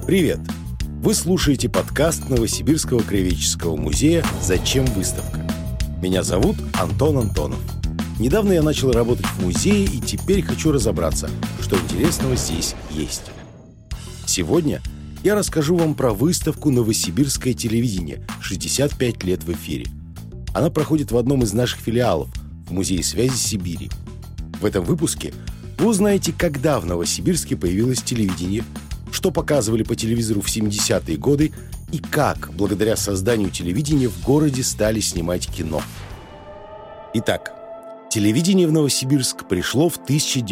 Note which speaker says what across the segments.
Speaker 1: Привет! Вы слушаете подкаст Новосибирского краеведческого музея «Зачем выставка?». Меня зовут Антон Антонов. Недавно я начал работать в музее и теперь хочу разобраться, что интересного здесь есть. Сегодня я расскажу вам про выставку «Новосибирское телевидение. 65 лет в эфире». Она проходит в одном из наших филиалов в Музее связи Сибири. В этом выпуске вы узнаете, когда в Новосибирске появилось телевидение, что показывали по телевизору в 70-е годы и как, благодаря созданию телевидения, в городе стали снимать кино. Итак, телевидение в Новосибирск пришло в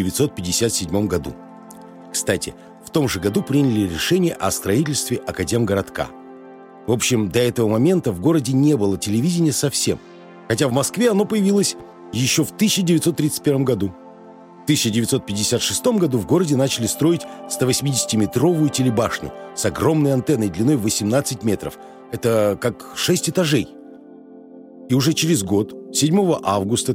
Speaker 1: 1957 году. Кстати, в том же году приняли решение о строительстве Академгородка. В общем, до этого момента в городе не было телевидения совсем, хотя в Москве оно появилось еще в 1931 году. В 1956 году в городе начали строить 180-метровую телебашню с огромной антенной длиной 18 метров. Это как 6 этажей. И уже через год, 7 августа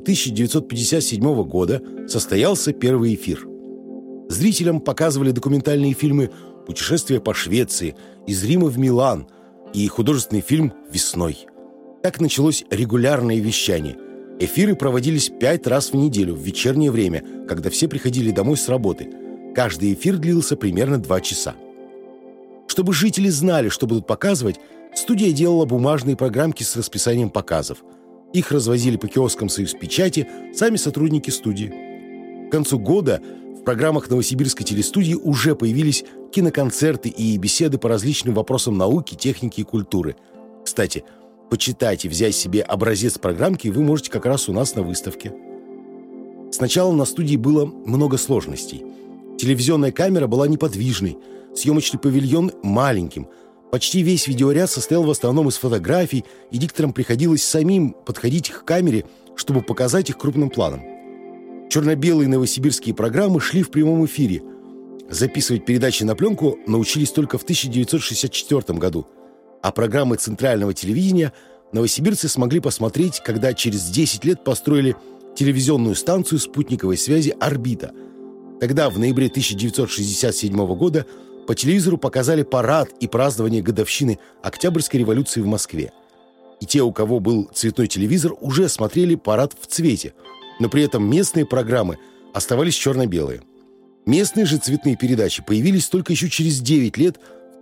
Speaker 1: 1957 года, состоялся первый эфир. Зрителям показывали документальные фильмы «Путешествие по Швеции», «Из Рима в Милан» и художественный фильм «Весной». Так началось регулярное вещание. Эфиры проводились 5 раз в неделю в вечернее время, когда все приходили домой с работы. Каждый эфир длился примерно 2 часа. Чтобы жители знали, что будут показывать, студия делала бумажные программки с расписанием показов. Их развозили по киоскам «Союзпечати» сами сотрудники студии. К концу года в программах Новосибирской телестудии уже появились киноконцерты и беседы по различным вопросам науки, техники и культуры. Кстати, почитать и взять себе образец программки вы можете как раз у нас на выставке. Сначала на студии было много сложностей. Телевизионная камера была неподвижной, съемочный павильон маленьким. Почти весь видеоряд состоял в основном из фотографий, и дикторам приходилось самим подходить к камере, чтобы показать их крупным планом. Черно-белые новосибирские программы шли в прямом эфире. Записывать передачи на пленку научились только в 1964 году. А программы центрального телевидения новосибирцы смогли посмотреть, когда через 10 лет построили телевизионную станцию спутниковой связи «Орбита». Тогда, в ноябре 1967 года, по телевизору показали парад и празднование годовщины Октябрьской революции в Москве. И те, у кого был цветной телевизор, уже смотрели парад в цвете, но при этом местные программы оставались черно-белые. Местные же цветные передачи появились только еще через 9 лет, в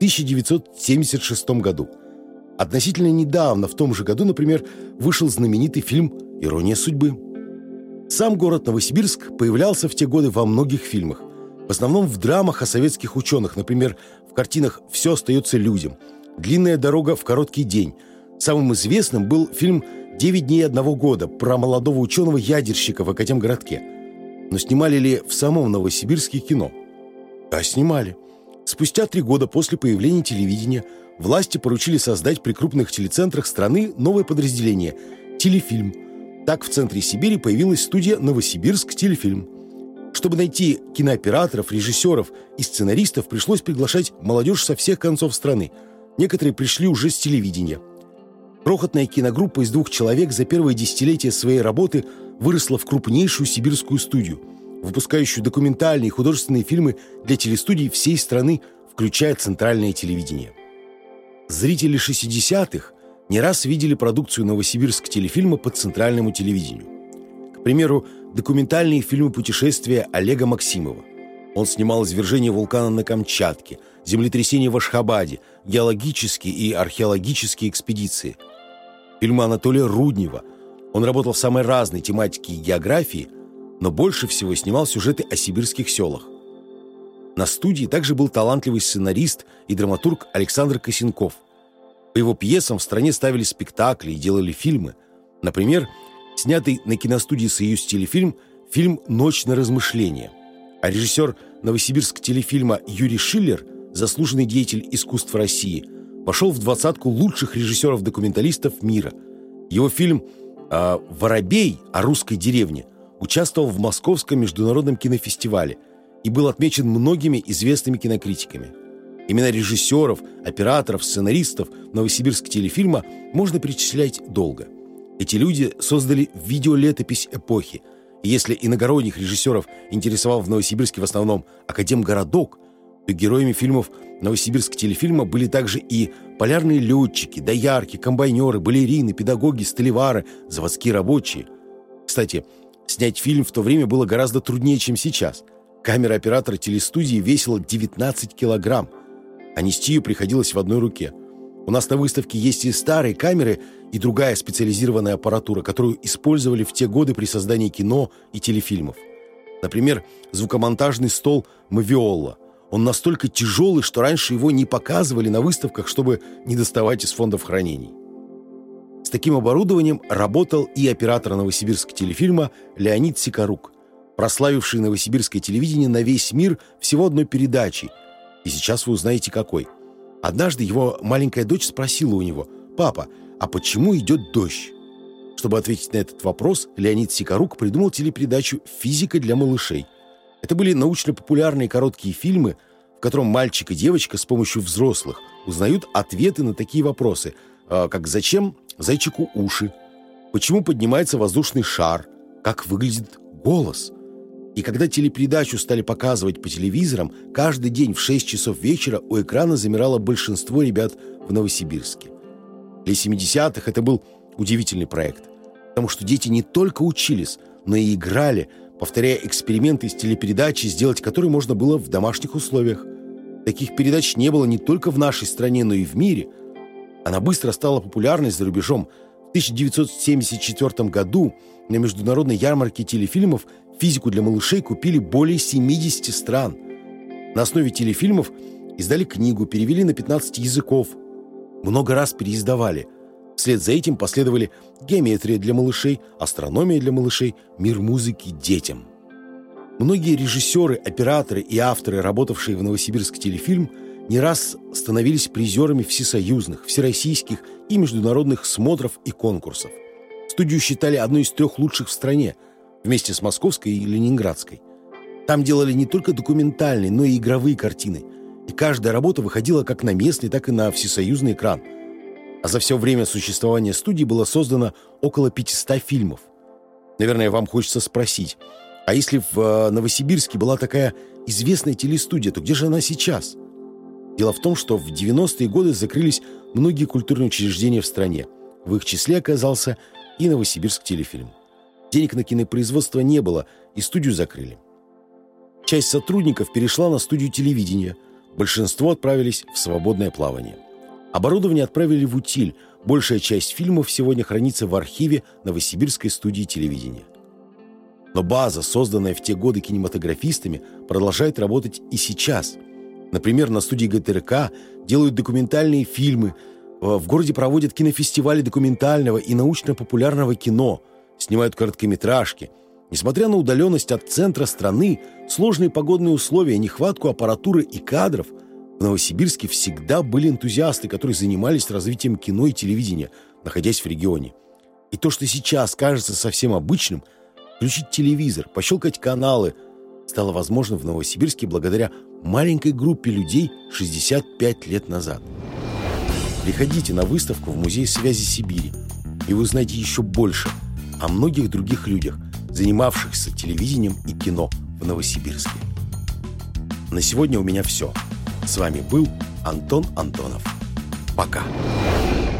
Speaker 1: 1976 году. Относительно недавно, в том же году, например, вышел знаменитый фильм «Ирония судьбы». Сам город Новосибирск появлялся в те годы во многих фильмах. В основном в драмах о советских ученых, например, в картинах «Все остается людям», «Длинная дорога в короткий день». Самым известным был фильм «9 дней одного года» про молодого ученого-ядерщика в Академгородке. Но снимали ли в самом Новосибирске кино? Да, снимали. Спустя 3 года после появления телевидения власти поручили создать при крупных телецентрах страны новое подразделение – телефильм. Так в центре Сибири появилась студия «Новосибирск телефильм». Чтобы найти кинооператоров, режиссеров и сценаристов, пришлось приглашать молодежь со всех концов страны. Некоторые пришли уже с телевидения. Крохотная киногруппа из 2 человек за первое десятилетие своей работы выросла в крупнейшую сибирскую студию, выпускающую документальные и художественные фильмы для телестудий всей страны, включая центральное телевидение. Зрители 60-х не раз видели продукцию Новосибирск телефильма по центральному телевидению. К примеру, документальные фильмы путешествия Олега Максимова. Он снимал извержение вулкана на Камчатке, землетрясение в Ашхабаде, геологические и археологические экспедиции. Фильмы Анатолия Руднева. Он работал в самой разной тематике и географии, но больше всего снимал сюжеты о сибирских селах. На студии также был талантливый сценарист и драматург Александр Косенков. По его пьесам в стране ставили спектакли и делали фильмы. Например, снятый на киностудии «Союз телефильм» фильм «Ночь на размышления». А режиссер Новосибирск телефильма Юрий Шиллер, заслуженный деятель искусств России, вошел в 20-ку лучших режиссеров-документалистов мира. Его фильм «Воробей» о русской деревне участвовал в Московском международном кинофестивале и был отмечен многими известными кинокритиками. Имена режиссеров, операторов, сценаристов Новосибирск телефильма можно перечислять долго. Эти люди создали видеолетопись эпохи. И если иногородних режиссеров интересовал в Новосибирске в основном Академгородок, Героями фильмов Новосибирск телефильма были также и полярные летчики, доярки, комбайнеры, балерины, педагоги, столевары, заводские рабочие. Кстати, снять фильм в то время было гораздо труднее, чем сейчас. Камера оператора телестудии весила 19 килограмм, а нести ее приходилось в одной руке. У нас на выставке есть и старые камеры, и другая специализированная аппаратура, которую использовали в те годы при создании кино и телефильмов. Например, звукомонтажный стол «Мавиолла». Он настолько тяжелый, что раньше его не показывали на выставках, чтобы не доставать из фондов хранений. С таким оборудованием работал и оператор Новосибирск телефильма Леонид Сикорук, прославивший новосибирское телевидение на весь мир всего одной передачей. И сейчас вы узнаете, какой. Однажды его маленькая дочь спросила у него: «Папа, а почему идет дождь?» Чтобы ответить на этот вопрос, Леонид Сикорук придумал телепередачу «Физика для малышей». Это были научно-популярные короткие фильмы, в котором мальчик и девочка с помощью взрослых узнают ответы на такие вопросы, как «Зачем зайчику уши?», «Почему поднимается воздушный шар?», «Как выглядит голос?». И когда телепередачу стали показывать по телевизорам, каждый день в 6 часов вечера у экрана замирало большинство ребят в Новосибирске. Для 70-х это был удивительный проект, потому что дети не только учились, но и играли, повторяя эксперименты из телепередачи, сделать которые можно было в домашних условиях. Таких передач не было не только в нашей стране, но и в мире. Она быстро стала популярной за рубежом. В 1974 году на международной ярмарке телефильмов «Физику для малышей» купили более 70 стран. На основе телефильмов издали книгу, перевели на 15 языков. Много раз переиздавали. Вслед за этим последовали «Геометрия для малышей», «Астрономия для малышей», «Мир музыки детям». Многие режиссеры, операторы и авторы, работавшие в Новосибирск телефильм, не раз становились призерами всесоюзных, всероссийских и международных смотров и конкурсов. Студию считали одной из 3 лучших в стране, вместе с Московской и Ленинградской. Там делали не только документальные, но и игровые картины. И каждая работа выходила как на местный, так и на всесоюзный экран. А за все время существования студии было создано около 500 фильмов. Наверное, вам хочется спросить, а если в Новосибирске была такая известная телестудия, то где же она сейчас? Дело в том, что в 90-е годы закрылись многие культурные учреждения в стране. В их числе оказался и Новосибирск телефильм. Денег на кинопроизводство не было, и студию закрыли. Часть сотрудников перешла на студию телевидения. Большинство отправились в свободное плавание. Оборудование отправили в утиль. Большая часть фильмов сегодня хранится в архиве Новосибирской студии телевидения. Но база, созданная в те годы кинематографистами, продолжает работать и сейчас. Например, на студии ГТРК делают документальные фильмы, в городе проводят кинофестивали документального и научно-популярного кино, снимают короткометражки. Несмотря на удаленность от центра страны, сложные погодные условия, нехватку аппаратуры и кадров, в Новосибирске всегда были энтузиасты, которые занимались развитием кино и телевидения, находясь в регионе. И то, что сейчас кажется совсем обычным, включить телевизор, пощелкать каналы, стало возможно в Новосибирске благодаря маленькой группе людей 65 лет назад. Приходите на выставку в Музей связи Сибири, и вы узнаете еще больше о многих других людях, занимавшихся телевидением и кино в Новосибирске. На сегодня у меня все. С вами был Антон Антонов. Пока.